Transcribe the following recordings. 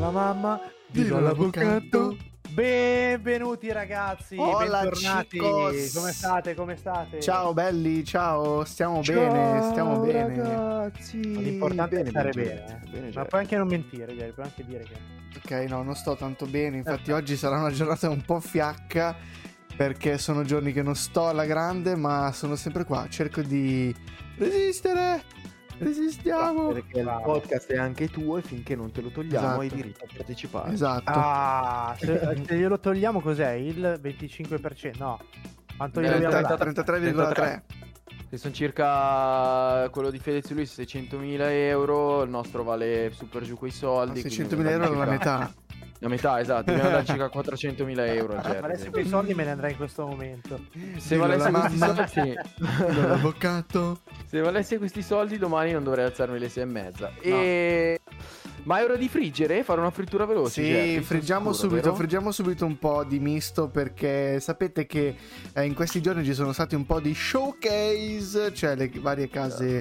alla mamma, dillo all'avvocato. Benvenuti ragazzi, Hola, bentornati. chicos. Come state? Ciao belli, ciao, stiamo Ciao, bene. ragazzi. L'importante è stare bene. Bene, Ma puoi anche non mentire, puoi anche dire che... Ok, no, non sto tanto bene, infatti oggi sarà una giornata un po' fiacca perché sono giorni che non sto alla grande, ma sono sempre qua, cerco di resistere. Resistiamo. Perché il podcast è anche tuo e finché non te lo togliamo hai diritto a partecipare. Esatto. Ah, se glielo togliamo cos'è? Il 25%? No. Quanto gli dobbiamo dare? 33,3. Se sono circa quello di Fedez Luis 600.000 euro, il nostro vale super giù quei soldi. 600.000 euro è la metà. La metà, esatto, dobbiamo dare circa 400.000 euro a Jerry. Adesso quei soldi me ne andrei in questo momento. Se valesse questi soldi, sì. L'avvocato. Se valesse questi soldi domani non dovrei alzarmi alle 6:30. E... Ma è ora di friggere? Fare una frittura veloce? Sì, Jerry, friggiamo sicuro, vero? subito un po' di misto perché sapete che in questi giorni ci sono stati un po' di showcase, cioè le varie case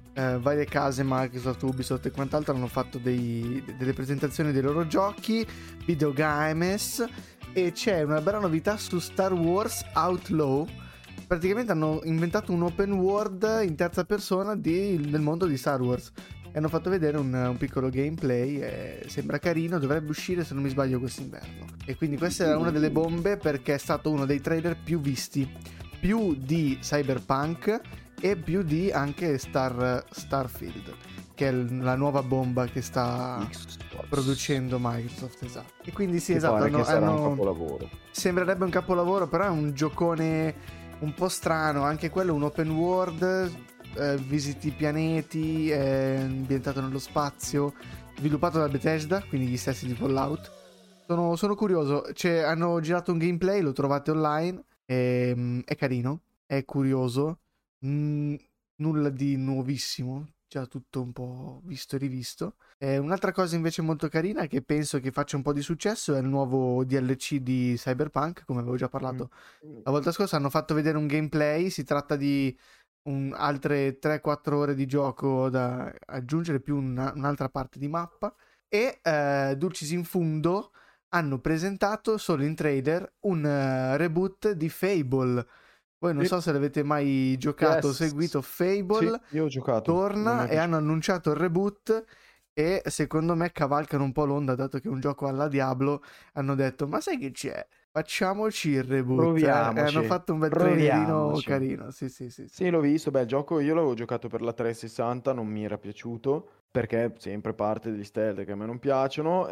Microsoft, Ubisoft e quant'altro hanno fatto delle presentazioni dei loro giochi, videogames, e c'è una bella novità su Star Wars Outlaw. Praticamente hanno inventato un open world in terza persona del mondo di Star Wars e hanno fatto vedere un piccolo gameplay. Sembra carino, dovrebbe uscire se non mi sbaglio quest'inverno, e quindi questa era una delle bombe perché è stato uno dei trailer più visti, più di Cyberpunk e più di anche Starfield, che è la nuova bomba che sta producendo Microsoft. Esatto. E quindi sì, esatto, pare che sarà un capolavoro. Sembrerebbe un capolavoro, però è un giocone un po' strano, anche quello un open world, visiti pianeti, ambientato nello spazio, sviluppato da Bethesda, quindi gli stessi di Fallout. Sono curioso, hanno girato un gameplay, lo trovate online, è carino, è curioso, nulla di nuovissimo, già tutto un po' visto e rivisto. Un'altra cosa invece molto carina che penso che faccia un po' di successo è il nuovo DLC di Cyberpunk, come avevo già parlato la volta scorsa. Hanno fatto vedere un gameplay, si tratta di altre 3-4 ore di gioco da aggiungere, più un'altra parte di mappa, e dulcis in fundo hanno presentato solo in trailer un reboot di Fable. Voi non so se l'avete mai giocato o seguito Fable. Sì, io ho giocato. Torna e hanno annunciato il reboot e secondo me cavalcano un po' l'onda, dato che è un gioco alla Diablo. Hanno detto, ma sai che c'è? Facciamoci il reboot. E hanno fatto un bel trailerino carino. Sì. Sì, l'ho visto. Beh, il gioco io l'avevo giocato per la 360, non mi era piaciuto perché è sempre parte degli stealth che a me non piacciono.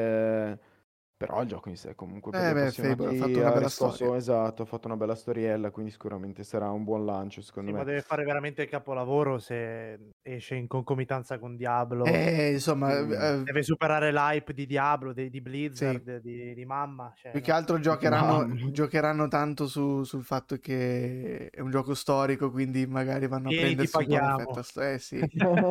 Però il gioco in sé comunque per gli appassionati Fable ha fatto una bella storia. Esatto, ha fatto una bella storiella, quindi sicuramente sarà un buon lancio secondo me. Ma deve fare veramente il capolavoro se esce in concomitanza con Diablo. Insomma, deve superare l'hype di Diablo, di Blizzard, sì. di mamma. Più che altro giocheranno tanto sul fatto che è un gioco storico, quindi magari vanno a prendersi un po' l'effetto. Sì.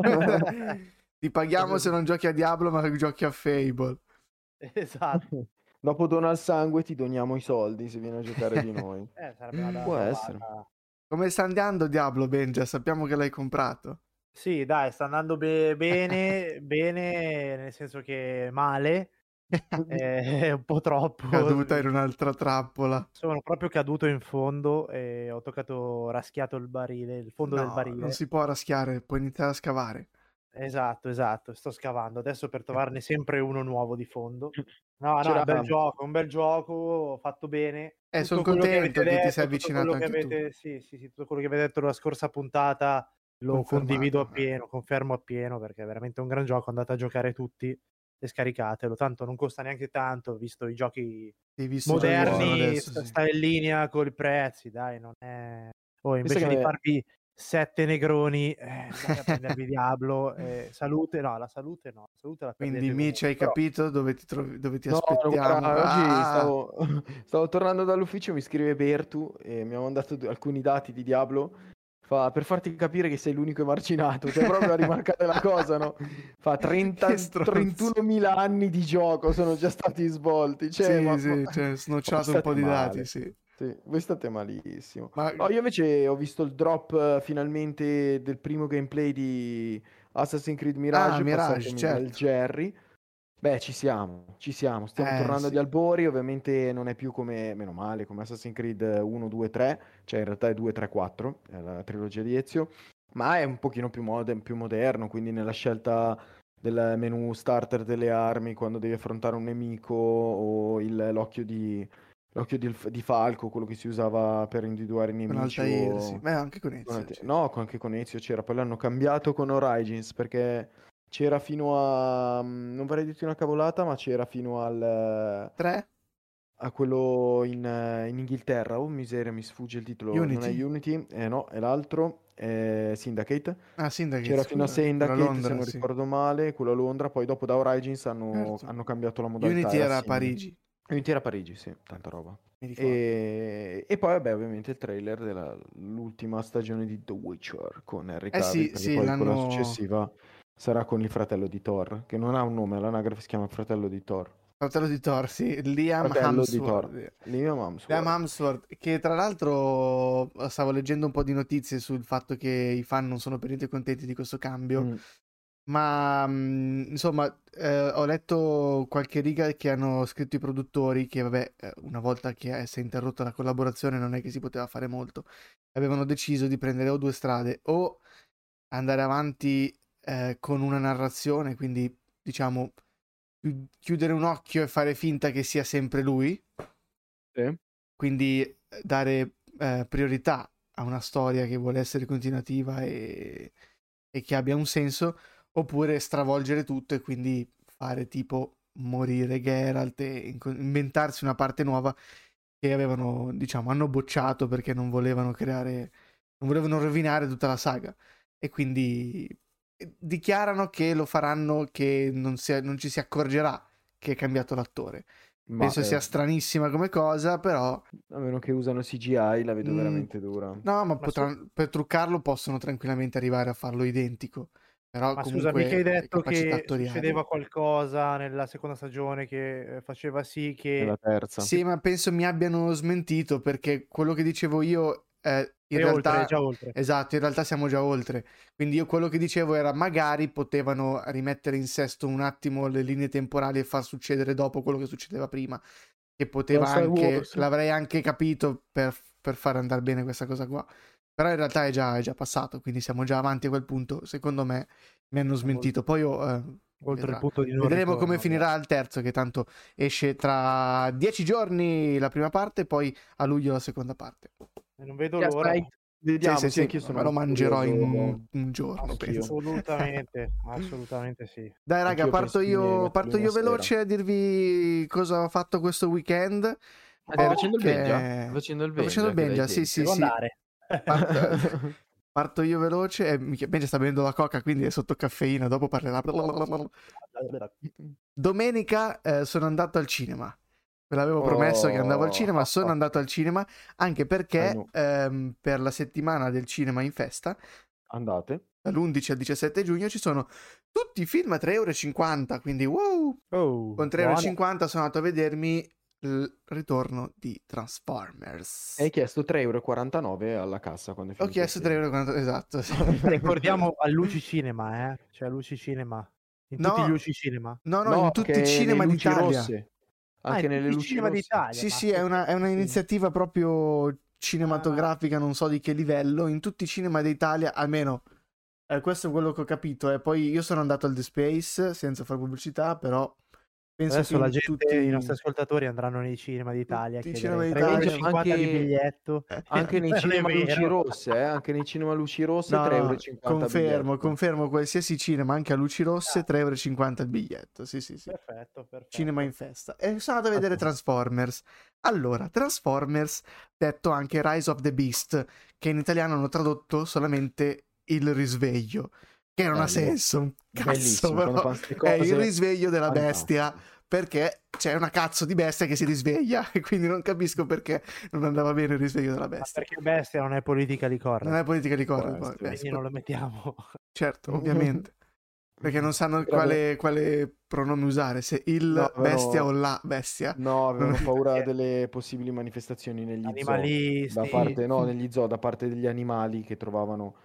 Ti paghiamo se non giochi a Diablo, ma giochi a Fable. Esatto. Dopo dona il sangue, ti doniamo i soldi se vieni a giocare di noi. Sarebbe una Può essere. Come sta andando Diablo, Benja? Sappiamo che l'hai comprato. Sì, dai, sta andando bene, nel senso che male, un po' troppo. Caduta in un'altra trappola. Sono proprio caduto in fondo e ho raschiato il barile, il fondo del barile. Non si può raschiare, puoi iniziare a scavare. Esatto, sto scavando adesso per trovarne sempre uno nuovo di fondo. No, è un bel gioco, fatto bene. Sono contento che ti sei avvicinato anche tu. Sì, tutto quello che avete detto la scorsa puntata lo condivido appieno, confermo appieno, perché è veramente un gran gioco. Andate a giocare tutti e scaricatelo, tanto non costa neanche tanto, visto i giochi moderni, adesso, sta in linea con i prezzi, dai, non è... invece di farvi 7 negroni, andate a prendervi Diablo, salute la salute la quindi Mici, hai capito dove ti aspettiamo? Guarda, oggi stavo tornando dall'ufficio, mi scrive Bertu e mi ha mandato alcuni dati di Diablo. Per farti capire che sei l'unico emarginato, cioè proprio a rimarcare la cosa, no? 31.000 anni di gioco sono già stati svolti. Cioè, snocciato un po' di dati, sì. Sì, voi state malissimo. No, io invece ho visto il drop finalmente del primo gameplay di Assassin's Creed Mirage, Mirage, certo. dal Jerry. Beh, ci siamo, stiamo tornando sì. agli albori, ovviamente non è più come, meno male, come Assassin's Creed 1, 2, 3, cioè in realtà è 2, 3, 4, è la trilogia di Ezio, ma è un pochino più moderno, quindi nella scelta del menu starter delle armi, quando devi affrontare un nemico, o l'occhio di falco, quello che si usava per individuare i Con nemici, Altair, sì. o... Beh, anche con Ezio, sì. No, anche con Ezio c'era, poi l'hanno cambiato con Origins, perché... C'era fino a... non vorrei dirti una cavolata, ma c'era fino al... 3? a quello in Inghilterra. Oh miseria, mi sfugge il titolo. Non è Unity? Unity, no, è l'altro, è Syndicate. Ah, Syndicate, C'era fino a scusa. Quello a Syndicate, se Londra, non sì. ricordo male, quello a Londra. Poi dopo da Origins hanno Certo. cambiato la modalità, Unity era era a simile. Parigi, Unity era a Parigi, sì, tanta roba. mi ricordo. E poi, vabbè, ovviamente il trailer dell'ultima stagione di The Witcher con Henry Cavill, Sì, perché sì, poi quella l'hanno... successiva sarà con il fratello di Thor, che non ha un nome, l'anagrafe si chiama fratello di Thor. Fratello di Thor, sì, Liam Fratello di Thor. Hemsworth. Liam Liam Hemsworth. Hemsworth, che tra l'altro stavo leggendo un po' di notizie sul fatto che i fan non sono per niente contenti di questo cambio, ma insomma ho letto qualche riga che hanno scritto i produttori che vabbè, una volta che si è interrotta la collaborazione non è che si poteva fare molto, avevano deciso di prendere o due strade, o andare avanti con una narrazione, quindi diciamo chiudere un occhio e fare finta che sia sempre lui, Sì. quindi dare priorità a una storia che vuole essere continuativa e che abbia un senso, oppure stravolgere tutto e quindi fare tipo morire Geralt e inventarsi una parte nuova che avevano, diciamo, hanno bocciato perché non volevano rovinare tutta la saga, e quindi dichiarano che lo faranno, che non ci si accorgerà che è cambiato l'attore. Ma Penso sia stranissima come cosa, però... a meno che usano CGI la vedo veramente dura. No, ma Ma per truccarlo possono tranquillamente arrivare a farlo identico. Però Ma scusa, mica hai comunque detto capacità che attoriali. succedeva qualcosa nella seconda stagione che faceva sì Nella che terza. Sì, ma penso mi abbiano smentito, perché quello che dicevo io in è oltre, è realtà... già oltre. Esatto, in realtà siamo già oltre. Quindi io quello che dicevo era magari potevano rimettere in sesto un attimo le linee temporali e far succedere dopo quello che succedeva prima. Che poteva Star anche... Wars. L'avrei anche capito per far andare bene questa cosa qua. Però in realtà è già passato, quindi siamo già avanti a quel punto. Secondo me mi hanno smentito. Poi Oltre il punto di non vedremo come ritorno. finirà il terzo, che tanto esce tra 10 giorni la prima parte, poi a luglio la seconda parte. Non vedo Yes, l'ora. mate. Vediamo, Sì, sì, anch'io me sono lo mangerò curioso. in un giorno, penso. Assolutamente, assolutamente sì. Dai raga, Anch'io penso di metterlo parto in io una sera. veloce a dirvi cosa ho fatto questo weekend. Stai facendo il Benja? perché- Stai facendo il Sto facendo il Benja, che Benja, dai sì, tempi. sì, Devo sì. andare. Parto io veloce. Benja sta bevendo la coca, quindi è sotto caffeina, dopo parlerà. Domenica sono andato al cinema. Ve l'avevo promesso che andavo al cinema, sono andato al cinema, anche perché per la settimana del cinema in festa, Andate. dall'11 al 17 giugno, ci sono tutti i film a 3,50 €, quindi wow! Con 3,50 € sono andato a vedermi il ritorno di Transformers. Hai chiesto 3,49 € alla cassa quando è Ho finito il chiesto film. 3,40 €, esatto. Sì. Ricordiamo a Luci Cinema, cioè Luci Cinema. In tutti gli Luci Cinema. No, No, in tutti i anche cinema nei luci d'Italia. rosse. Anche in nelle tutti i luci cinema rosse. d'Italia. Sì, ma sì, è un'iniziativa proprio cinematografica, non so di che livello, in tutti i cinema d'Italia, almeno questo è quello che ho capito. Poi io sono andato al The Space senza fare pubblicità, però penso adesso che la in gente, i nostri tutti ascoltatori andranno nei cinema d'Italia a i chiedere cinema d'Italia, 3,50 € di biglietto. Anche nei Non è cinema luci vero. rosse, anche nei cinema luci rosse, no, 3,50 € biglietto. confermo, qualsiasi cinema, anche a luci rosse, 3,50 € il biglietto. Sì, sì, sì. Perfetto. Cinema in festa. E sono andato a vedere Transformers. Allora, Transformers, detto anche Rise of the Beast, che in italiano hanno tradotto solamente Il risveglio, che non ha senso, un cazzo, Bellissimo, però quando fanno ste è cose il risveglio della fantastiche. bestia, perché c'è una cazzo di bestia che si risveglia, e quindi non capisco perché non andava bene il risveglio della Ma bestia. perché bestia non è politica di correre. Non è politica di correre, Può essere. Quindi non lo mettiamo. certo, ovviamente. Perché non sanno quale pronome usare, se il bestia o la bestia. No, avevano Non- paura delle possibili manifestazioni negli zoo. Animalisti. Da parte, no, negli zoo, da parte degli animali che trovavano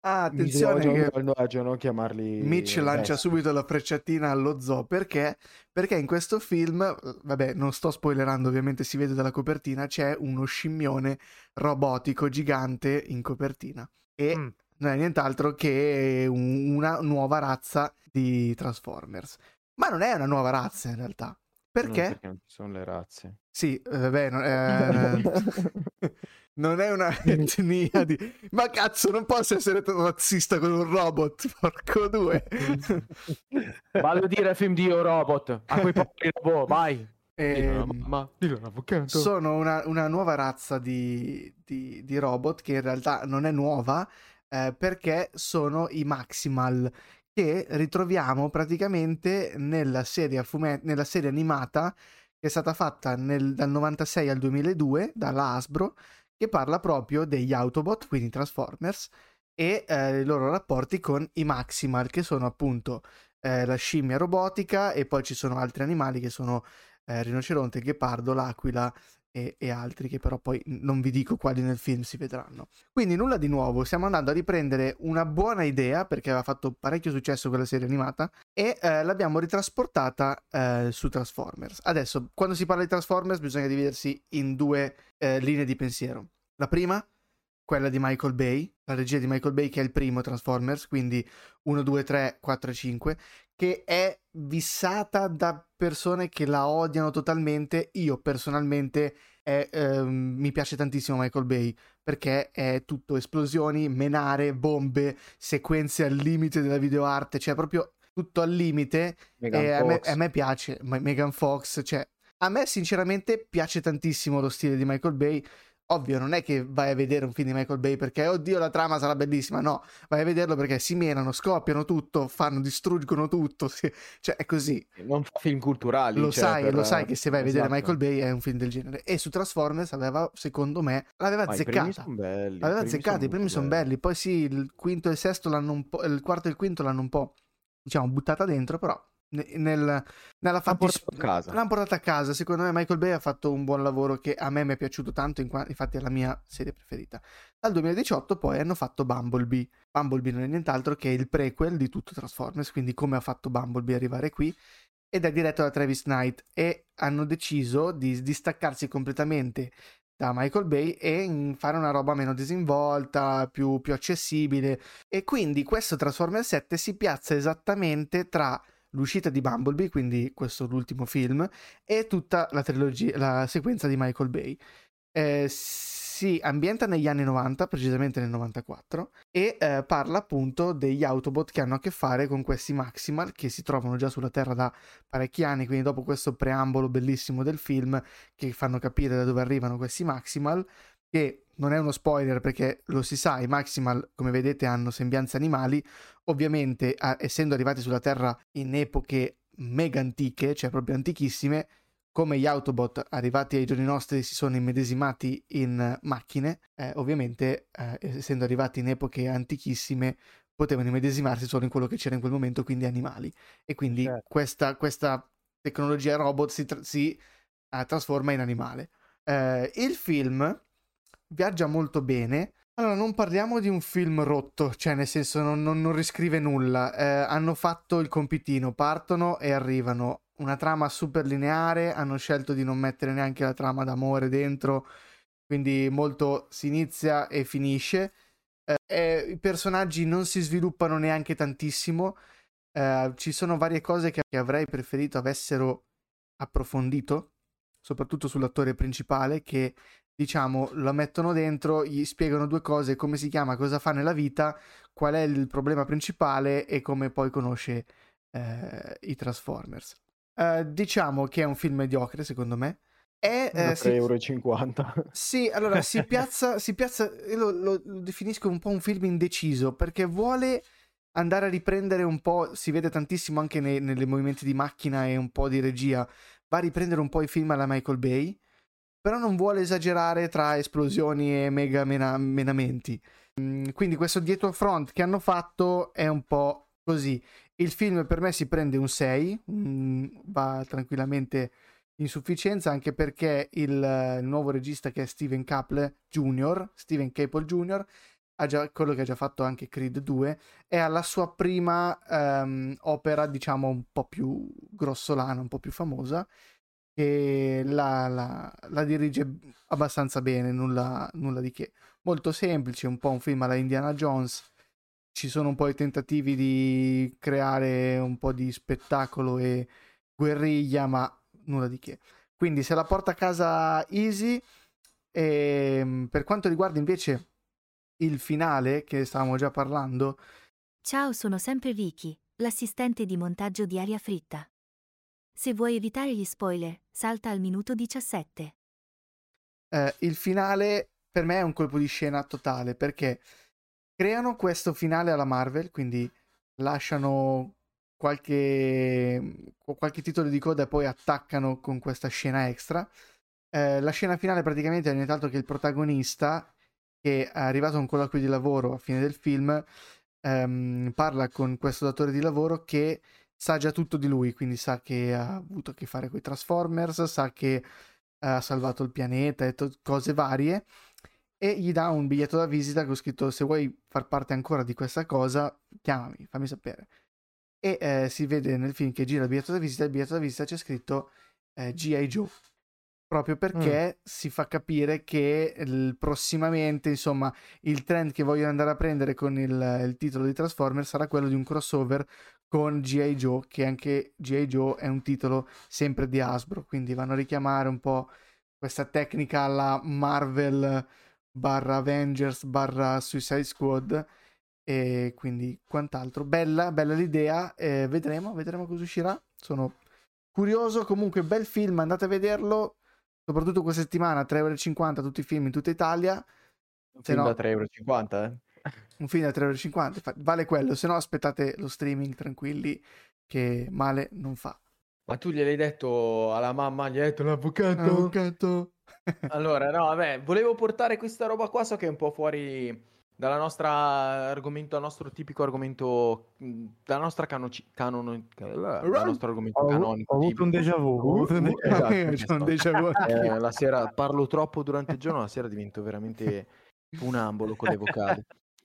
attenzione che malvagio, non chiamarli Mitch lancia bestie. subito la frecciatina allo zoo perché in questo film, vabbè, non sto spoilerando, ovviamente si vede dalla copertina, c'è uno scimmione robotico gigante in copertina e non è nient'altro che una nuova razza di Transformers. Ma non è una nuova razza in realtà. Perché? Perché non ci sono le razze. Sì, vabbè, non è una etnia di... Ma cazzo, non posso essere razzista con un robot, porco due. Vado a dire il film di Io Robot, a quei poveri robot, vai. Sono una nuova razza di robot che in realtà non è nuova, perché sono i Maximal, che ritroviamo praticamente nella serie animata che è stata fatta dal 96 al 2002 dalla Hasbro, che parla proprio degli Autobot, quindi Transformers, e i loro rapporti con i Maximal, che sono appunto la scimmia robotica, e poi ci sono altri animali che sono rinoceronte, ghepardo, l'aquila e altri che però poi non vi dico quali nel film si vedranno. Quindi nulla di nuovo, stiamo andando a riprendere una buona idea perché aveva fatto parecchio successo quella serie animata e l'abbiamo ritrasportata su Transformers. Adesso, quando si parla di Transformers bisogna dividersi in due linee di pensiero. La prima, quella di Michael Bay, la regia di Michael Bay, che è il primo Transformers, quindi 1, 2, 3, 4 e 5, che è vissata da persone che la odiano totalmente. Io personalmente mi piace tantissimo Michael Bay, perché è tutto esplosioni, menare, bombe, sequenze al limite della videoarte, cioè proprio tutto al limite. E a me piace Megan Fox, cioè a me sinceramente piace tantissimo lo stile di Michael Bay. Ovvio, non è che vai a vedere un film di Michael Bay perché oddio la trama sarà bellissima, no, vai a vederlo perché si menano, scoppiano tutto, distruggono tutto, cioè è così. Non fa film culturali. Lo sai che se vai a vedere Michael Bay è un film del genere. E su Transformers aveva, secondo me, l'aveva azzeccata. I primi sono belli, poi sì, il quinto e il sesto l'hanno un po', il quarto e il quinto l'hanno un po', diciamo, buttata dentro, però l'hanno portata a casa. Secondo me Michael Bay ha fatto un buon lavoro che a me mi è piaciuto tanto, infatti è la mia serie preferita. Dal 2018 poi hanno fatto Bumblebee non è nient'altro che il prequel di tutto Transformers, quindi come ha fatto Bumblebee arrivare qui, ed è diretto da Travis Knight, e hanno deciso di distaccarsi completamente da Michael Bay e fare una roba meno disinvolta, più accessibile, e quindi questo Transformers 7 si piazza esattamente tra l'uscita di Bumblebee, quindi questo l'ultimo film, e tutta la trilogia, la sequenza di Michael Bay. Si ambienta negli anni 90, precisamente nel 94, e parla appunto degli Autobot che hanno a che fare con questi Maximal che si trovano già sulla Terra da parecchi anni, quindi dopo questo preambolo bellissimo del film che fanno capire da dove arrivano questi Maximal, che non è uno spoiler perché lo si sa, i Maximal come vedete hanno sembianze animali, ovviamente essendo arrivati sulla Terra in epoche mega antiche, cioè proprio antichissime, come gli Autobot arrivati ai giorni nostri si sono immedesimati in macchine, ovviamente essendo arrivati in epoche antichissime potevano immedesimarsi solo in quello che c'era in quel momento, quindi animali, e quindi questa tecnologia robot si trasforma in animale. Il film viaggia molto bene. Allora, non parliamo di un film rotto, cioè nel senso non riscrive nulla. Hanno fatto il compitino, partono e arrivano. Una trama super lineare, hanno scelto di non mettere neanche la trama d'amore dentro, quindi molto si inizia e finisce. I personaggi non si sviluppano neanche tantissimo. Ci sono varie cose che avrei preferito avessero approfondito, soprattutto sull'attore principale, che diciamo lo mettono dentro, gli spiegano due cose: come si chiama, cosa fa nella vita, qual è il problema principale e come poi conosce i Transformers. Diciamo che è un film mediocre secondo me. È 3,50 €. Sì, allora si piazza, io lo definisco un po' un film indeciso, perché vuole andare a riprendere un po', si vede tantissimo anche nei movimenti di macchina e un po' di regia, va a riprendere un po' i film alla Michael Bay, però non vuole esagerare tra esplosioni e mega menamenti. Quindi questo dietro front che hanno fatto è un po' così. Il film per me si prende un 6, va tranquillamente in sufficienza, anche perché il nuovo regista, che è Steven Caple Jr., quello che ha già fatto anche Creed 2, è alla sua prima opera, diciamo, un po' più grossolana, un po' più famosa, e la dirige abbastanza bene, nulla di che. Molto semplice, un po' un film alla Indiana Jones. Ci sono un po' i tentativi di creare un po' di spettacolo e guerriglia, ma nulla di che. Quindi se la porta a casa easy. E per quanto riguarda invece il finale, che stavamo già parlando, Ciao, sono sempre Vicky, l'assistente di montaggio di Aria Fritta. Se vuoi evitare gli spoiler, salta al minuto 17. il finale per me è un colpo di scena totale, perché creano questo finale alla Marvel, quindi lasciano qualche titolo di coda e poi attaccano con questa scena extra. La scena finale praticamente è nient'altro che il protagonista, che è arrivato a un colloquio di lavoro a fine del film, parla con questo datore di lavoro che sa già tutto di lui, quindi sa che ha avuto a che fare con i Transformers, sa che ha salvato il pianeta e cose varie, e gli dà un biglietto da visita che ho scritto: se vuoi far parte ancora di questa cosa, chiamami, fammi sapere. E si vede nel film che gira il biglietto da visita c'è scritto G.I. Joe, proprio perché si fa capire che prossimamente, insomma, il trend che vogliono andare a prendere con il titolo di Transformers sarà quello di un crossover con G.I. Joe, che anche G.I. Joe è un titolo sempre di Hasbro, quindi vanno a richiamare un po' questa tecnica alla Marvel barra Avengers barra Suicide Squad, e quindi quant'altro. Bella l'idea, vedremo cosa uscirà. Sono curioso. Comunque bel film, andate a vederlo, soprattutto questa settimana, 3,50 €, tutti i film in tutta Italia. Un Se film no, da 3,50 €, un film da 3,50 €, vale quello, se no aspettate lo streaming tranquilli, che male non fa. Ma tu gliel'hai detto alla mamma, gli hai detto l'avvocato? Avvocato. Allora, no, vabbè, volevo portare questa roba qua, so che è un po' fuori dalla nostra argomento, dal nostro tipico argomento, dalla nostra dal nostro argomento Ho canonico avuto un tipico. déjà vu. Ho avuto un déjà vu. Esatto, C'è un questo. déjà vu anch'io. La sera parlo troppo durante il giorno, la sera divento veramente funambolo con le vocali.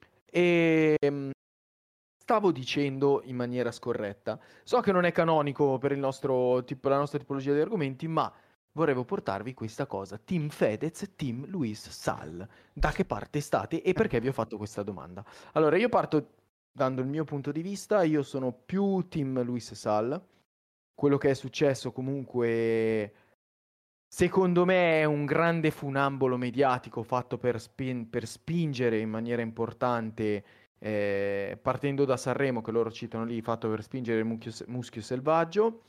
E stavo dicendo in maniera scorretta. So che non è canonico per il nostro la nostra tipologia di argomenti, ma volevo portarvi questa cosa. Team Fedez, Team Luis Sal. Da che parte state e perché vi ho fatto questa domanda? Allora, io parto dando il mio punto di vista. Io sono più Team Luis Sal. Quello che è successo comunque, secondo me, è un grande funambolo mediatico fatto per spingere in maniera importante, partendo da Sanremo, che loro citano lì, fatto per spingere il muschio selvaggio.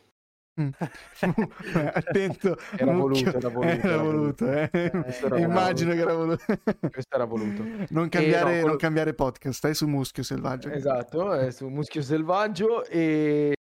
Attento, Era mucchio. voluto, Era voluto. Questo era Immagino voluto. che era voluto. Questo era voluto. Non cambiare podcast, stai su Muschio Selvaggio. Esatto, è su Muschio Selvaggio e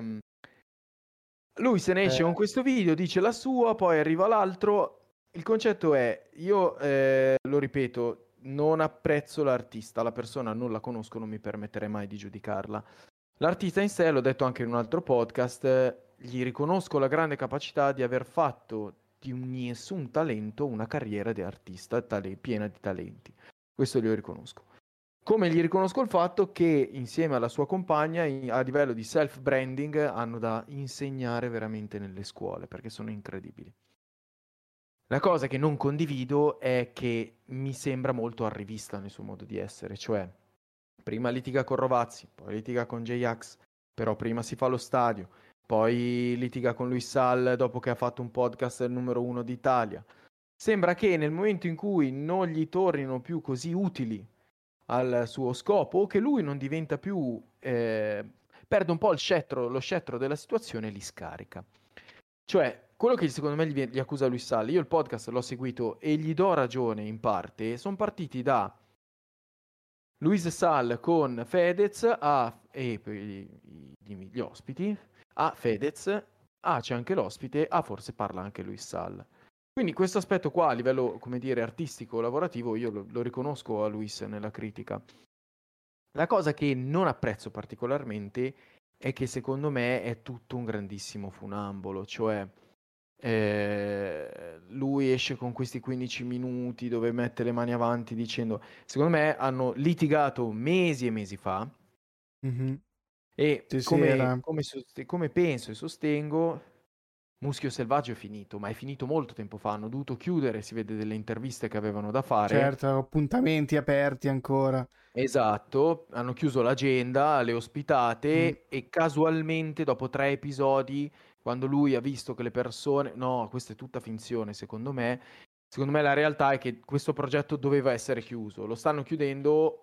lui se ne esce con questo video, dice la sua, poi arriva l'altro. Il concetto è, io lo ripeto, non apprezzo l'artista, la persona non la conosco, non mi permetterei mai di giudicarla. L'artista in sé, l'ho detto anche in un altro podcast, gli riconosco la grande capacità di aver fatto di un nessun talento una carriera di artista piena di talenti. Questo glielo riconosco. Come gli riconosco il fatto che insieme alla sua compagna a livello di self-branding hanno da insegnare veramente nelle scuole, perché sono incredibili. La cosa che non condivido è che mi sembra molto arrivista nel suo modo di essere, cioè prima litiga con Rovazzi, poi litiga con J-Ax, però prima si fa lo stadio, poi litiga con Luis Sal dopo che ha fatto un podcast del numero 1 d'Italia. Sembra che nel momento in cui non gli tornino più così utili al suo scopo, o che lui non diventa più, perde un po' lo scettro della situazione e li scarica. Cioè, quello che secondo me gli accusa Luis Sal, io il podcast l'ho seguito e gli do ragione in parte, sono partiti da Luis Sal con Fedez e gli ospiti, a Fedez, c'è anche l'ospite, forse parla anche Luis Sal. Quindi questo aspetto qua a livello, come dire, artistico, lavorativo, io lo riconosco a Luis nella critica. La cosa che non apprezzo particolarmente è che secondo me è tutto un grandissimo funambolo, cioè lui esce con questi 15 minuti dove mette le mani avanti dicendo, secondo me hanno litigato mesi e mesi fa e Sì, come penso e sostengo, Muschio Selvaggio è finito, ma è finito molto tempo fa, hanno dovuto chiudere, si vede delle interviste che avevano da fare. Certo, appuntamenti aperti ancora. Esatto, hanno chiuso l'agenda, le ospitate e casualmente dopo 3 episodi, quando lui ha visto che le persone... No, questa è tutta finzione, secondo me. Secondo me la realtà è che questo progetto doveva essere chiuso. Lo stanno chiudendo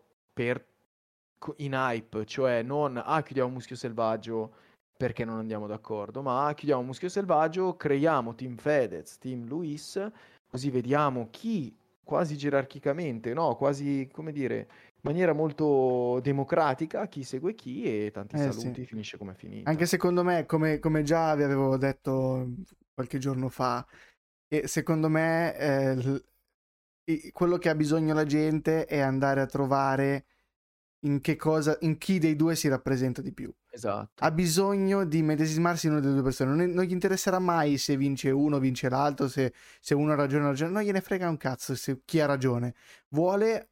in hype, cioè non chiudiamo Muschio Selvaggio perché non andiamo d'accordo, ma chiudiamo Muschio Selvaggio, creiamo Team Fedez, Team Luis, così vediamo chi quasi gerarchicamente, no, quasi, come dire, in maniera molto democratica, chi segue chi e tanti saluti, sì. finisce come è finita. Anche secondo me, come già vi avevo detto qualche giorno fa, secondo me quello che ha bisogno la gente è andare a trovare in chi dei due si rappresenta di più. Esatto. Ha bisogno di medesimarsi in una delle due persone. Non gli interesserà mai se vince uno o vince l'altro, se uno ha ragione o ragione. Non gliene frega un cazzo chi ha ragione. Vuole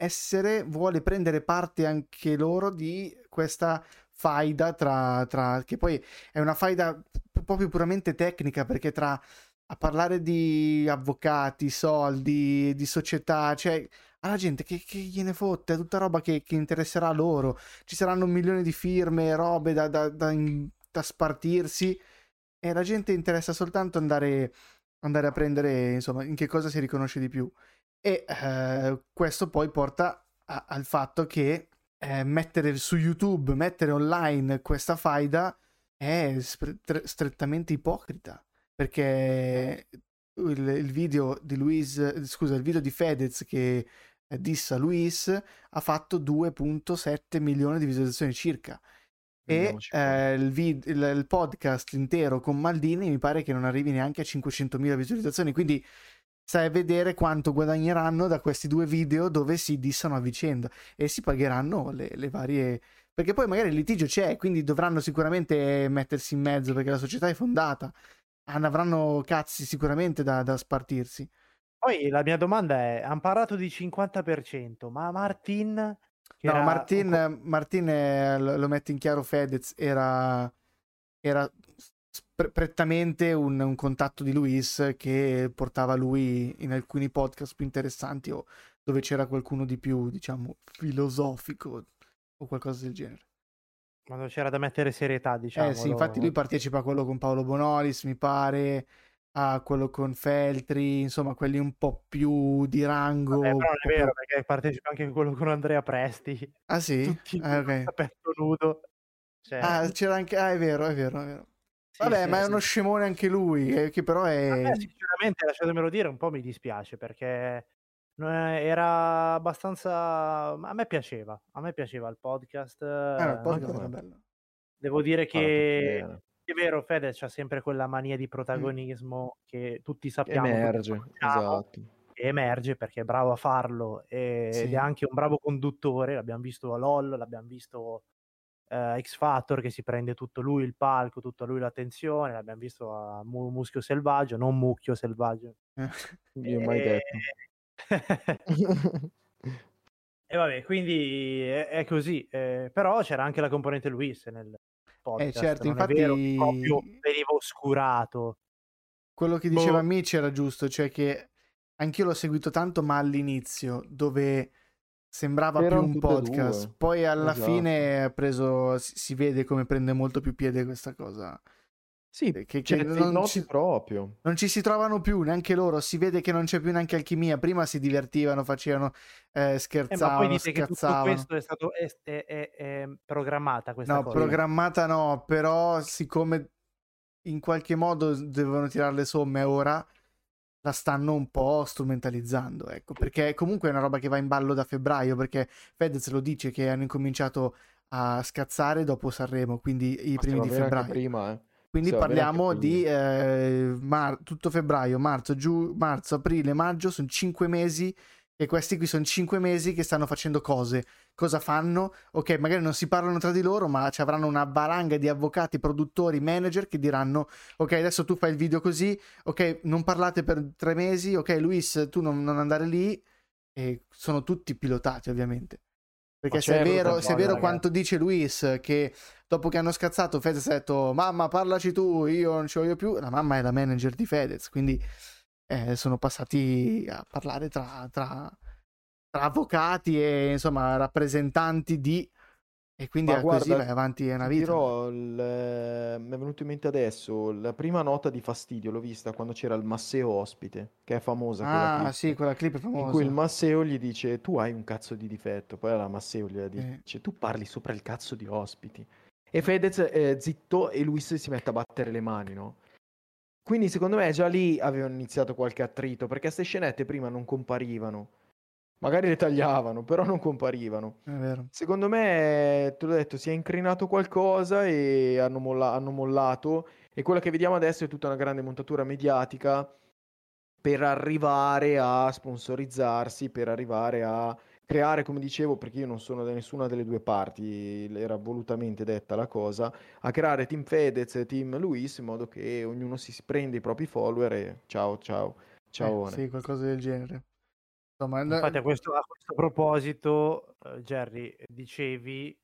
prendere parte anche loro di questa faida tra che poi è una faida proprio puramente tecnica, perché a parlare di avvocati, soldi, di società, cioè alla gente che gliene fotte, è tutta roba che interesserà a loro. Ci saranno 1 milione di firme, robe da spartirsi, e la gente interessa soltanto andare a prendere, insomma, in che cosa si riconosce di più. E questo poi porta al fatto che mettere su YouTube, mettere online questa faida è strettamente ipocrita, perché il video di il video di Fedez che dissa Luis ha fatto 2.7 milioni di visualizzazioni circa, e il podcast intero con Maldini mi pare che non arrivi neanche a 500.000 visualizzazioni, quindi stai a vedere quanto guadagneranno da questi 2 video dove si dissano a vicenda, e si pagheranno le varie, perché poi magari il litigio c'è, quindi dovranno sicuramente mettersi in mezzo perché la società è fondata, avranno cazzi sicuramente da spartirsi. Poi la mia domanda è, hanno parlato di 50%, ma Martin... No, Martin lo mette in chiaro Fedez, era prettamente un contatto di Luis che portava lui in alcuni podcast più interessanti o dove c'era qualcuno di più, diciamo, filosofico o qualcosa del genere. Quando c'era da mettere serietà, diciamo. Sì, infatti lui partecipa a quello con Paolo Bonolis, mi pare, a quello con Feltri, insomma, quelli un po' più di rango. Però non è vero, perché partecipa anche quello con Andrea Presti. Ah sì? Tutti Ok. a petto nudo. Cioè... c'era anche... è vero. Vabbè, sì, ma è uno scemone anche lui, che però è... sinceramente, lasciatemelo dire, un po' mi dispiace, perché era abbastanza... A me piaceva il podcast. Il podcast era bello. Devo dire che è vero, Fedez c'ha sempre quella mania di protagonismo che tutti sappiamo. Emerge, esatto. E emerge perché è bravo a farlo, ed è anche un bravo conduttore. L'abbiamo visto a LOL, l'abbiamo visto... X Factor, che si prende tutto lui il palco, tutta lui l'attenzione, l'abbiamo visto a Muschio Selvaggio, non Mucchio Selvaggio. Io mai detto. E vabbè, quindi è così, però c'era anche la componente Luis nel podcast. Certo, non infatti è vero, proprio veniva oscurato. Quello che diceva Mitch era giusto, cioè che anch'io l'ho seguito tanto, ma all'inizio, dove sembrava più un podcast, poi alla fine ha preso, si vede come prende molto più piede questa cosa. Sì, che non ci si trovano più neanche loro, si vede che non c'è più neanche alchimia. Prima si divertivano, facevano, scherzavano, ma poi dite scazzavano. Che tutto questo è programmata questa cosa? No, programmata no, però siccome in qualche modo devono tirare le somme ora, la stanno un po' strumentalizzando, ecco, perché comunque è una roba che va in ballo da febbraio, perché Fedez lo dice che hanno incominciato a scazzare dopo Sanremo, quindi i primi di febbraio. Prima, Quindi parliamo di tutto febbraio, marzo, aprile, maggio, sono 5 mesi, e questi qui sono 5 mesi che stanno facendo cose, cosa fanno. Ok, magari non si parlano tra di loro, ma ci avranno una valanga di avvocati, produttori, manager che diranno: ok, adesso tu fai il video così, ok, non parlate per 3 mesi, ok, Luis, tu non andare lì. E sono tutti pilotati, ovviamente. Perché se è vero quanto dice Luis, che dopo che hanno scazzato, Fedez ha detto: mamma, parlaci tu, io non ci voglio più. La mamma è la manager di Fedez, quindi sono passati a parlare tra avvocati e insomma rappresentanti di, e quindi Ma così guarda, vai avanti una ti vita. dirò, mi è venuto in mente adesso, la prima nota di fastidio l'ho vista quando c'era il Masseo ospite, che è famosa quella clip, Sì, quella clip è in cui il famosa. Masseo gli dice tu hai un cazzo di difetto, poi la Masseo gli dice tu parli sopra il cazzo di ospiti. E Fedez è zitto e Luis si mette a battere le mani, no? Quindi secondo me già lì avevano iniziato qualche attrito, perché queste scenette prima non comparivano. Magari le tagliavano, però non comparivano. È vero. Secondo me, te l'ho detto, si è incrinato qualcosa e hanno mollato. E quella che vediamo adesso è tutta una grande montatura mediatica per arrivare a sponsorizzarsi, per arrivare a creare, come dicevo, perché io non sono da nessuna delle due parti, era volutamente detta la cosa, a creare Team Fedez e Team Luis in modo che ognuno si prende i propri follower e ciao, ciao, ciao. Sì, qualcosa del genere. Insomma, Infatti a questo proposito, Jerry, dicevi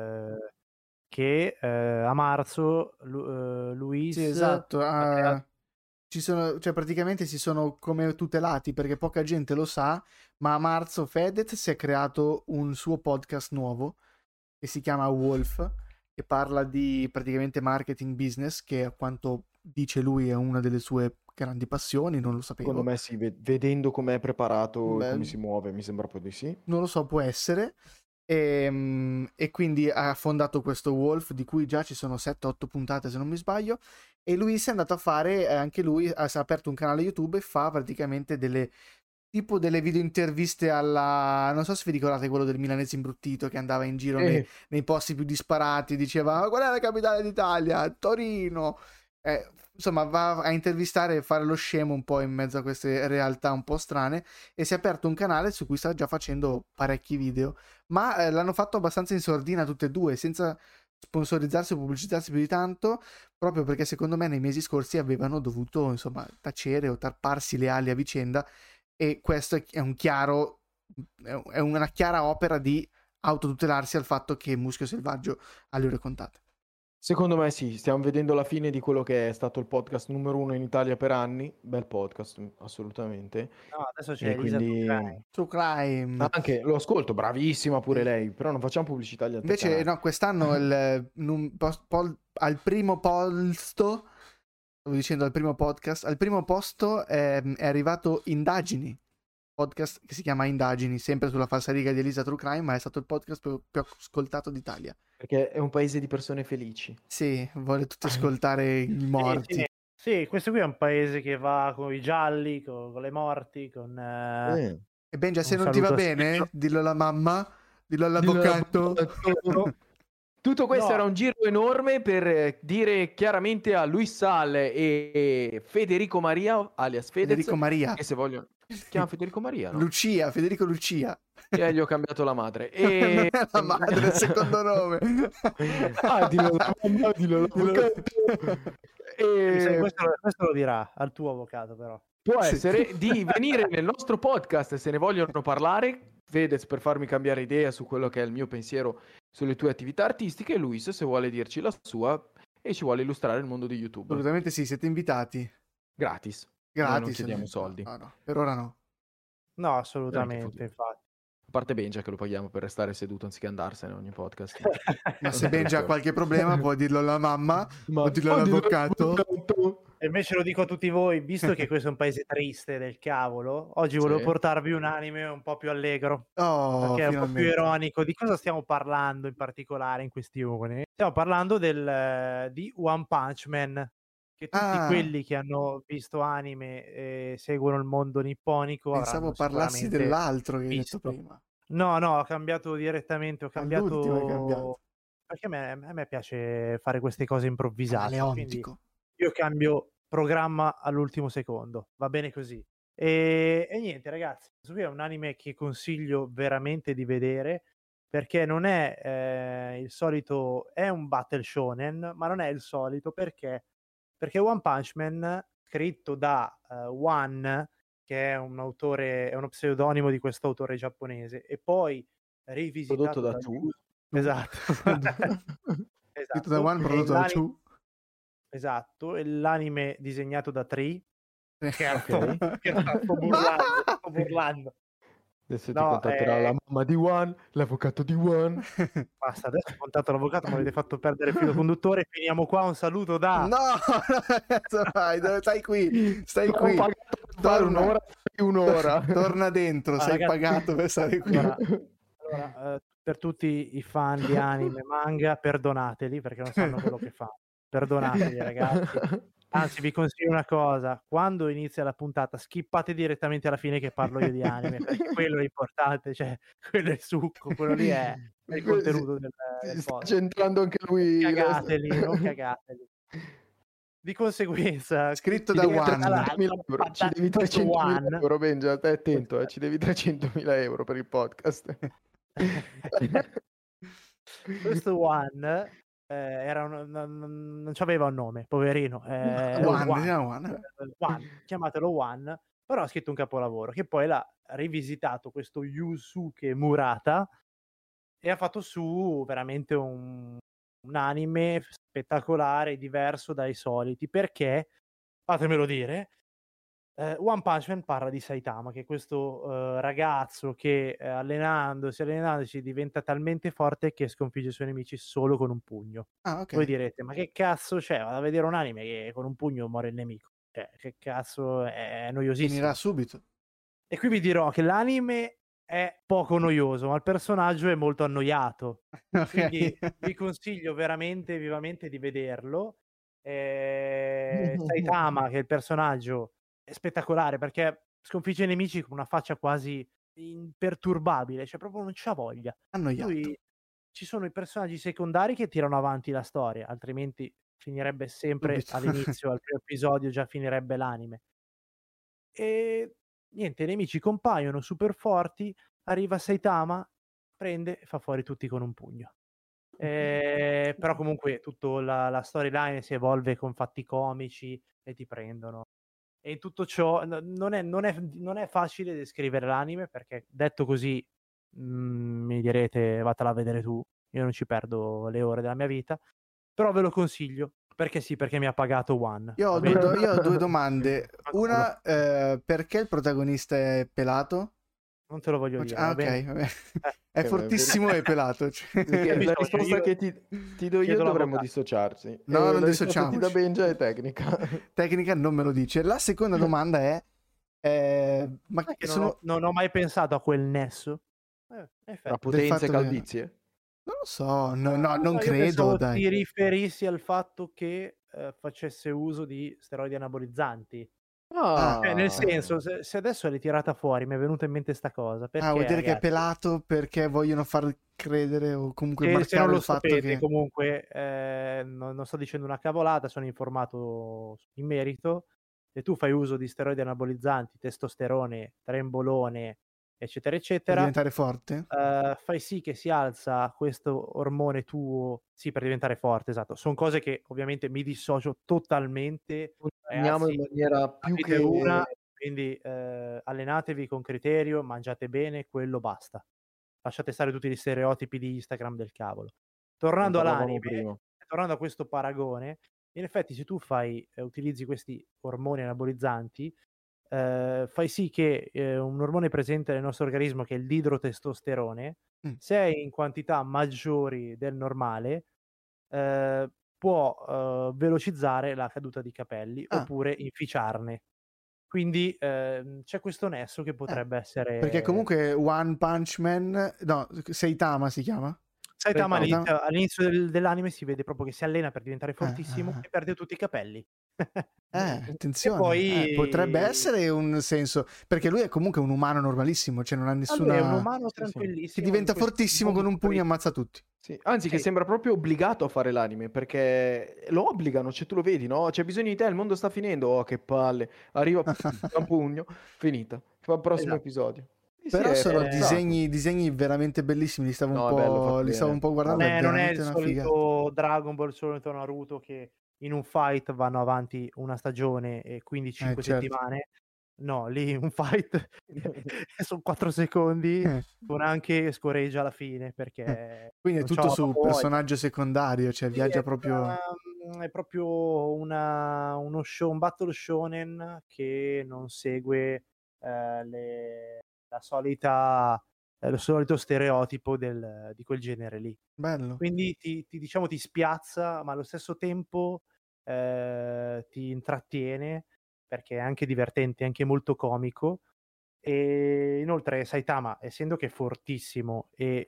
che a marzo Luis sì, esatto. ha creato... Ci sono, cioè praticamente si sono come tutelati, perché poca gente lo sa, ma a marzo Fedez si è creato un suo podcast nuovo che si chiama Wolf, che parla di praticamente marketing business, che a quanto dice lui è una delle sue grandi passioni, non lo sapevo. Secondo me sì, vedendo com'è preparato e Beh, come si muove, mi sembra proprio di sì. non lo so, può essere. E quindi ha fondato questo Wolf, di cui già ci sono 7-8 puntate se non mi sbaglio, e lui si è andato a fare, anche lui ha aperto un canale YouTube e fa praticamente delle video interviste alla, non so se vi ricordate quello del milanese imbruttito che andava in giro nei posti più disparati, diceva qual è la capitale d'Italia? Torino. Insomma, va a intervistare e fare lo scemo un po' in mezzo a queste realtà un po' strane, e si è aperto un canale su cui sta già facendo parecchi video, ma l'hanno fatto abbastanza in sordina tutte e due, senza sponsorizzarsi o pubblicizzarsi più di tanto, proprio perché secondo me nei mesi scorsi avevano dovuto insomma tacere o tarparsi le ali a vicenda, e questo è una chiara opera di autotutelarsi al fatto che Muschio Selvaggio ha le ore contate. Secondo me sì, stiamo vedendo la fine di quello che è stato il podcast numero 1 in Italia per anni. Bel podcast, assolutamente. No, adesso c'è E Elisa quindi True Crime. anche lo ascolto, bravissima pure lei, però non facciamo pubblicità agli altri Invece canali. no, quest'anno al primo posto, stavo dicendo al primo podcast, al primo posto è arrivato Indagini, podcast che si chiama Indagini, sempre sulla falsariga di Elisa True Crime, ma è stato il podcast più ascoltato d'Italia. Perché è un paese di persone felici. Sì, vuole tutti ascoltare i morti. Sì, questo qui è un paese che va con i gialli, con le morti, con... E Benja, se non ti va bene, dillo alla mamma, dillo all'avvocato. Tutto questo era un giro enorme per dire chiaramente a Luis Sal e Federico Maria, alias Fedez, Federico Maria. che se vogliono... Si chiama Federico Maria, no? Lucia, Federico Lucia. E gli ho cambiato la madre. Non è la madre, il secondo nome. Dillo alla mamma, dillo all'avvocato. Questo lo dirà al tuo avvocato, però. Può essere di venire nel nostro podcast se ne vogliono parlare, Fedez per farmi cambiare idea su quello che è il mio pensiero sulle tue attività artistiche, e Luis se vuole dirci la sua e ci vuole illustrare il mondo di YouTube. Assolutamente sì, siete invitati. Gratis. Noi non chiediamo soldi. No, per ora no. No, assolutamente, infatti. A parte Benja che lo paghiamo per restare seduto anziché andarsene ogni podcast. Ma se Benja ha qualche problema può dirlo alla mamma o dirlo all'avvocato. E invece lo dico a tutti voi, visto che questo è un paese triste del cavolo, oggi volevo portarvi un anime un po' più allegro, perché è un po' più ironico. Di cosa stiamo parlando in particolare in questione? Stiamo parlando di One Punch Man, che tutti quelli che hanno visto anime e seguono il mondo nipponico pensavo parlassi dell'altro che hai detto prima. No, ho cambiato direttamente, cambiato. Perché a me piace fare queste cose improvvisate, quindi io cambio programma all'ultimo secondo, va bene così. E niente ragazzi, questo qui è un anime che consiglio veramente di vedere, perché non è il solito, è un battle shonen, ma non è il solito perché One Punch Man, scritto da One, che è un autore, è uno pseudonimo di questo autore giapponese, e poi rivisitato Prodotto da da Tu. Esatto. Scritto da One, E prodotto da Chu. Esatto, e l'anime disegnato da Tree. Scherzo, Ok. sto burlando. Adesso ti No, contatterà la mamma di One, l'avvocato di One. basta, adesso ho contato l'avvocato, mi avete fatto perdere il filo conduttore. Finiamo qua, un saluto da... No, ragazzi, vai, stai qui, stai Ho qui. pagato per fare un'ora, fai un'ora. Torna dentro, Ah, sei ragazzi, pagato per stare qui. Allora, per tutti i fan di anime e manga, perdonateli perché non sanno quello che fanno. Perdonateli, ragazzi. Anzi, vi consiglio una cosa: quando inizia la puntata, skippate direttamente alla fine che parlo io di anime, perché quello è importante, cioè quello è il succo, quello lì è il contenuto del Si sta podcast. centrando anche lui. Non cagateli. Di conseguenza, Scritto Ci da devi One. 300.000 euro, ci devi 300.000 euro, Benja, stai attento, ci devi 300.000 euro per il podcast. Questo One era non c'aveva un nome, poverino. One. One, chiamatelo One, però ha scritto un capolavoro che poi l'ha rivisitato questo Yusuke Murata e ha fatto su veramente un anime spettacolare, diverso dai soliti, perché, fatemelo dire, One Punch Man parla di Saitama, che è questo ragazzo che allenandosi diventa talmente forte che sconfigge i suoi nemici solo con un pugno. Ah, ok. Voi direte, ma che cazzo c'è? Vado a vedere un anime che con un pugno muore il nemico. Cioè, che cazzo, è noiosissimo. Finirà subito. E qui vi dirò che l'anime è poco noioso, ma il personaggio è molto annoiato. Quindi vi consiglio veramente, vivamente di vederlo. Saitama, che è il personaggio, è spettacolare perché sconfigge i nemici con una faccia quasi imperturbabile, cioè proprio non c'ha voglia. Annoiato. Ci sono i personaggi secondari che tirano avanti la storia, altrimenti finirebbe sempre Subito. all'inizio, al primo episodio già finirebbe l'anime. E niente, i nemici compaiono super forti, arriva Saitama, prende e fa fuori tutti con un pugno. Però comunque tutta la storyline si evolve con fatti comici e ti prendono. E in tutto ciò non è facile descrivere l'anime, perché detto così mi direte vatela a vedere tu, io non ci perdo le ore della mia vita, però ve lo consiglio, perché sì, perché mi ha pagato One. Io ho due domande. Una, perché il protagonista è pelato? Non te lo voglio dire. Ah, va bene? ok, vabbè. È fortissimo e pelato. La risposta che ti do io dovremmo dissociarci. No, non la risposta dissociamoci. che ti da Benja è tecnica. Tecnica non me lo dice. La seconda domanda è... ma che non ho mai pensato a quel nesso. La potenza e calvizie? Non lo so, non io credo, pensavo dai. ti riferissi al fatto che facesse uso di steroidi anabolizanti. Nel senso, se adesso l'hai tirata fuori, mi è venuta in mente sta cosa. Perché, vuol dire ragazzi, che è pelato perché vogliono far credere o comunque marcare se non lo il fatto sapete, che... comunque non sto dicendo una cavolata, sono informato in merito. Se tu fai uso di steroidi anabolizzanti, testosterone, trembolone, eccetera, Per eccetera, diventare forte? fai sì che si alza questo ormone tuo, sì, per diventare forte, esatto. Sono cose che ovviamente mi dissocio totalmente. Andiamo in maniera più che... Quindi allenatevi con criterio, mangiate bene, quello basta. Lasciate stare tutti gli stereotipi di Instagram del cavolo. Tornando all'anime, tornando a questo paragone, in effetti se tu utilizzi questi ormoni anabolizzanti, fai sì che un ormone presente nel nostro organismo, che è il didrotestosterone, se è in quantità maggiori del normale, può velocizzare la caduta di capelli oppure inficiarne. Quindi c'è questo nesso che potrebbe essere... Perché comunque One Punch Man... No, Saitama si chiama? Saitama all'inizio dell'anime si vede proprio che si allena per diventare fortissimo e perde tutti i capelli. Attenzione, poi... potrebbe essere un senso, perché lui è comunque un umano normalissimo, cioè non ha nessuna... È un umano tranquillissimo. Che diventa fortissimo con un pugno e ammazza tutti. Sì. Anzi, che sembra proprio obbligato a fare l'anime, perché lo obbligano, cioè tu lo vedi, no? C'è bisogno di te, il mondo sta finendo, oh che palle, arriva un pugno, finita, fa il prossimo episodio. Però è sono forzato. disegni veramente bellissimi, li stavo No, è bello fatto li stavo un po' guardando, è Non è veramente il una figata. solito Dragon Ball, il solito Naruto che in un fight vanno avanti una stagione e quindi 5 Certo. settimane. No, lì un fight son 4 secondi, con anche scoreggia alla fine perché Quindi è non tutto c'ho su proprio voglia. personaggio secondario, cioè Sì, viaggia proprio... è proprio un battle shonen che non segue, la solita lo solito stereotipo di quel genere lì. Bello. Quindi diciamo ti spiazza, ma allo stesso tempo, ti intrattiene, perché è anche divertente, è anche molto comico. E inoltre Saitama, essendo che è fortissimo e,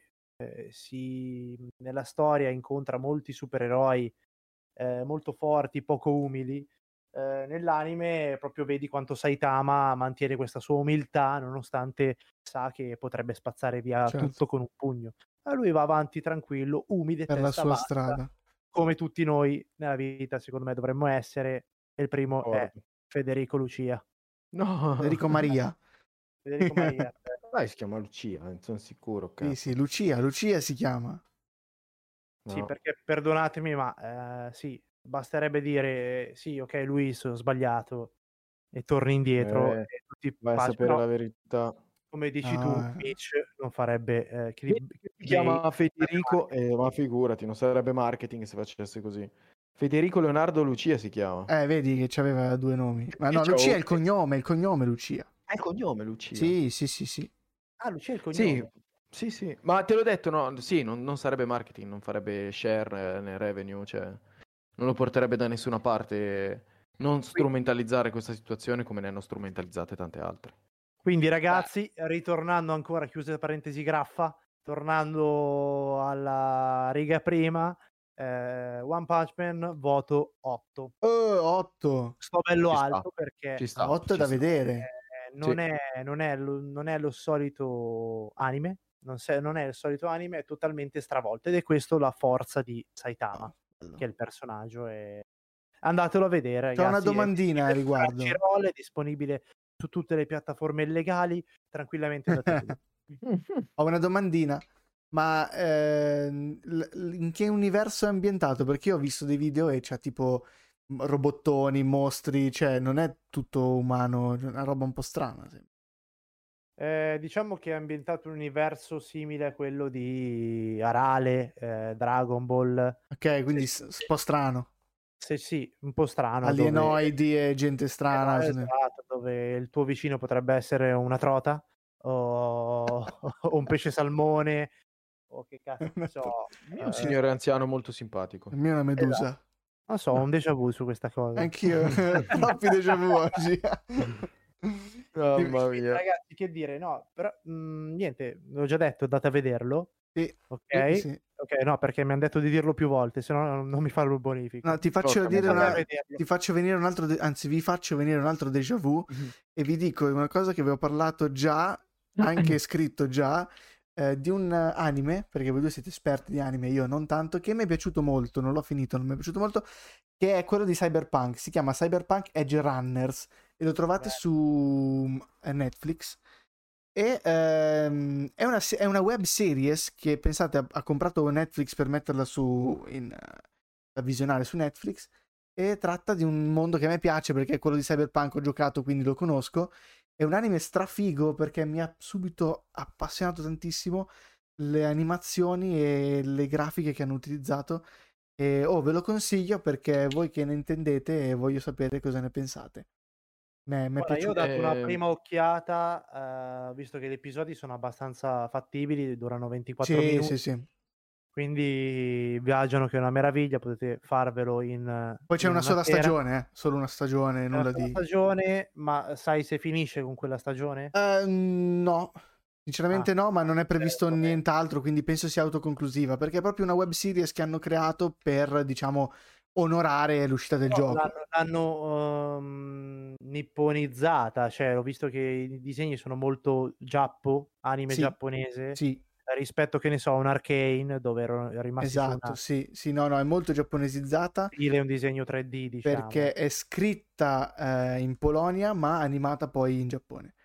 nella storia incontra molti supereroi, molto forti, poco umili, nell'anime proprio vedi quanto Saitama mantiene questa sua umiltà, nonostante sa che potrebbe spazzare via Certo. tutto con un pugno. Ma lui va avanti tranquillo, umile, Per la testa sua bassa, strada. come tutti noi nella vita secondo me dovremmo essere, e il primo è D'accordo. Federico Lucia. No. Federico Maria. Federico Maria. Dai, si chiama Lucia, non sono sicuro, Sì, cazzo. sì, Lucia si chiama. Sì, No. perché perdonatemi, ma sì, basterebbe dire sì, ok, Luis, ho sbagliato, e torni indietro e tutti Vai a pace. sapere Però, la verità. come dici tu, No, Mitch non farebbe Si chiama Federico, ma figurati, non sarebbe marketing se facesse così. Federico Leonardo Lucia si chiama. vedi che c'aveva 2 nomi. Ma no, C'ho Lucia è un- il cognome Lucia. È il cognome Lucia. Sì, sì, sì, sì. Ah, Lucia è il Sì, cognome. sì, sì. Ma te l'ho detto, no, sì, non sarebbe marketing, non farebbe share né revenue, cioè non lo porterebbe da nessuna parte. Non strumentalizzare questa situazione come ne hanno strumentalizzate tante altre. Quindi ragazzi, ritornando ancora, chiusa parentesi graffa, tornando alla riga prima, One Punch Man voto 8. 8. Sto bello Ci sta, alto perché ci sta, 8 è ci da sta. vedere. Sì. non è lo solito anime, non è il solito anime, è totalmente stravolto ed è questo la forza di Saitama, che è il personaggio. E andatelo a vedere, C'ho una ragazzi. domandina a È disponibile su riguardo. Crunchyroll, è disponibile su tutte le piattaforme illegali, tranquillamente andate a vedere. Ho una domandina. Ma in che universo è ambientato? Perché io ho visto dei video e c'è tipo robottoni, mostri, cioè non è tutto umano, è una roba un po' strana. Diciamo che è ambientato un universo simile a quello di Arale, Dragon Ball. Ok, quindi un po' strano. Sì, un po' strano. Alienoidi e gente strana. Esatto, dove il tuo vicino potrebbe essere una trota o, o un pesce salmone o che cazzo ne so. È un signore anziano molto simpatico. Il mio è una medusa. Esatto. Non so, ho un déjà vu su questa cosa. Anch'io, troppi déjà vu oggi. Mamma Quindi, mia. ragazzi, che dire, no, però niente, l'ho già detto, andate a vederlo. Sì, Ok? sì. Ok, no, perché mi hanno detto di dirlo più volte, se no non mi fanno il bonifico. No, ti faccio Porca dire miseria. ti faccio venire un altro, anzi vi faccio venire un altro déjà vu e vi dico una cosa che avevo parlato già, anche scritto già, di un anime, perché voi due siete esperti di anime, io non tanto, che mi è piaciuto molto, non l'ho finito, non mi è piaciuto molto, che è quello di Cyberpunk, si chiama Cyberpunk Edge Runners e lo trovate su Netflix. E è una web series che pensate ha comprato Netflix per metterla da visionare su Netflix e tratta di un mondo che a me piace perché è quello di Cyberpunk, ho giocato quindi lo conosco. È un anime strafigo perché mi ha subito appassionato tantissimo le animazioni e le grafiche che hanno utilizzato e ve lo consiglio perché voi che ne intendete voglio sapere cosa ne pensate. Mi è Guarda, io ho piaciuto. dato una prima occhiata, visto che gli episodi sono abbastanza fattibili, durano 24 Sì, minuti, sì, sì. quindi viaggiano che è una meraviglia, potete farvelo Poi c'è in una sola sera. stagione, solo una stagione, C'è una nulla sola di... stagione, ma sai se finisce con quella stagione? No, sinceramente no, ma non è previsto ok. nient'altro, quindi penso sia autoconclusiva, perché è proprio una web series che hanno creato per, diciamo, onorare l'uscita del No, gioco. l'hanno nipponizzata, cioè ho visto che i disegni sono molto anime Sì, giapponese, sì, rispetto, che ne so, a un Arcane dove ero rimasti su esatto, una sì, sì, no, è molto giapponesizzata stile, un disegno 3D, diciamo. perché è scritta in Polonia, ma animata poi in Giappone.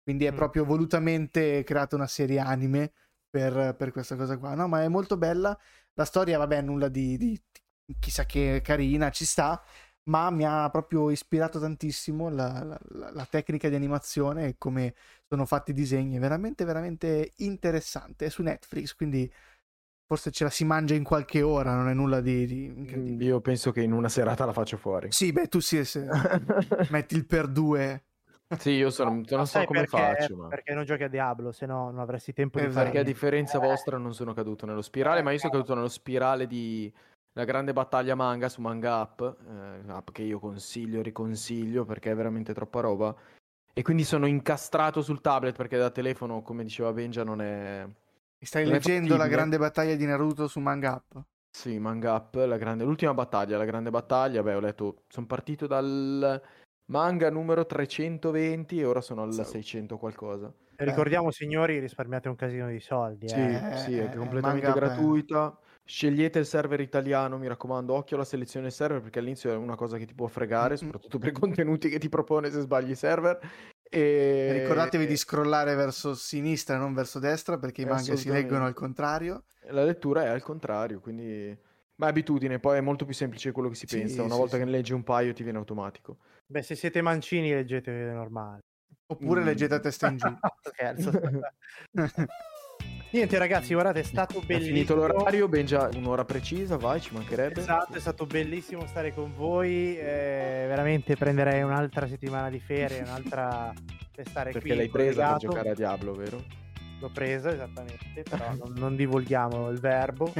quindi è proprio volutamente creata una serie anime per questa cosa qua. No, ma è molto bella. La storia, vabbè, nulla di chissà che carina, ci sta, ma mi ha proprio ispirato tantissimo la tecnica di animazione e come sono fatti i disegni. È veramente, veramente interessante. È su Netflix, quindi forse ce la si mangia in qualche ora, non è nulla di incredibile. Io penso che in una serata la faccio fuori. Sì, beh, tu sì, se metti il per due. Sì, io non so come faccio. Ma... Perché non giochi a Diablo, se no non avresti tempo di Esatto. fare Perché a niente. differenza vostra non sono caduto nello spirale, ma io sono caduto nello spirale di La Grande Battaglia Manga su Manga App che io consiglio e riconsiglio perché è veramente troppa roba. E quindi sono incastrato sul tablet perché da telefono, come diceva Benja, non è... Stai non è leggendo La fattibile. Grande Battaglia di Naruto su Manga App? Sì, Manga App, l'ultima battaglia, La Grande Battaglia. Beh, ho letto, sono partito dal manga numero 320 e ora sono al 600 qualcosa. E ricordiamo, signori, risparmiate un casino di soldi. Sì, è completamente Manga gratuita. Scegliete il server italiano, mi raccomando, occhio alla selezione del server perché all'inizio è una cosa che ti può fregare, soprattutto per i contenuti che ti propone se sbagli i server. E ricordatevi di scrollare verso sinistra e non verso destra perché i manga si leggono al contrario. La lettura è al contrario, quindi... Ma è abitudine, poi è molto più semplice di quello che si pensa. Una volta che ne leggi un paio ti viene automatico. Beh, se siete mancini leggete normale. Oppure leggete a testa in giù. Scherzo. Niente ragazzi, guardate, è stato bellissimo. È finito l'orario, ben già un'ora precisa, vai, ci mancherebbe. Esatto, è stato bellissimo stare con voi. Veramente prenderei un'altra settimana di ferie, un'altra per stare perché qui. l'hai presa collegato. per giocare a Diablo, vero? L'ho presa, esattamente, però non divulghiamo il verbo.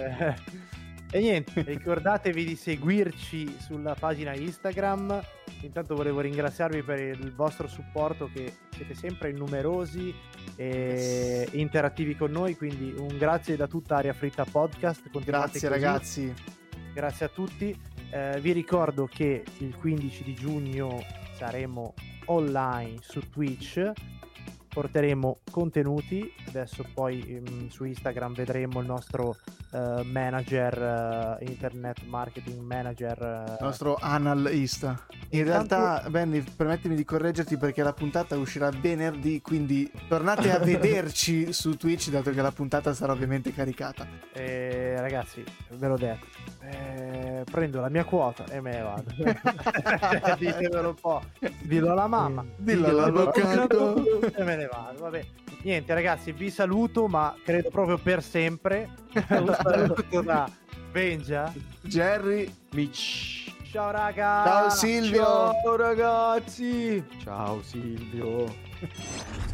E niente, ricordatevi di seguirci sulla pagina Instagram. Intanto volevo ringraziarvi per il vostro supporto, che siete sempre numerosi e interattivi con noi, quindi un grazie da tutta Aria Fritta Podcast. Continuate Grazie così. ragazzi. Grazie a tutti. Vi ricordo che il 15 di giugno saremo online su Twitch. Porteremo contenuti, adesso poi su Instagram vedremo il nostro manager, internet marketing manager, il nostro analista. In realtà, Benny, permettimi di correggerti perché la puntata uscirà venerdì, quindi tornate a vederci su Twitch dato che la puntata sarà ovviamente caricata. Ragazzi, ve l'ho detto, prendo la mia quota e me ne vado. Ditemelo un po', dillo alla mamma, dillo all'avvocato e me ne vado. Vabbè, niente ragazzi, vi saluto, ma credo proprio per sempre. Un saluto da Benja, Jerry, Mitch. ciao raga, ciao Silvio, ciao ragazzi, ciao Silvio.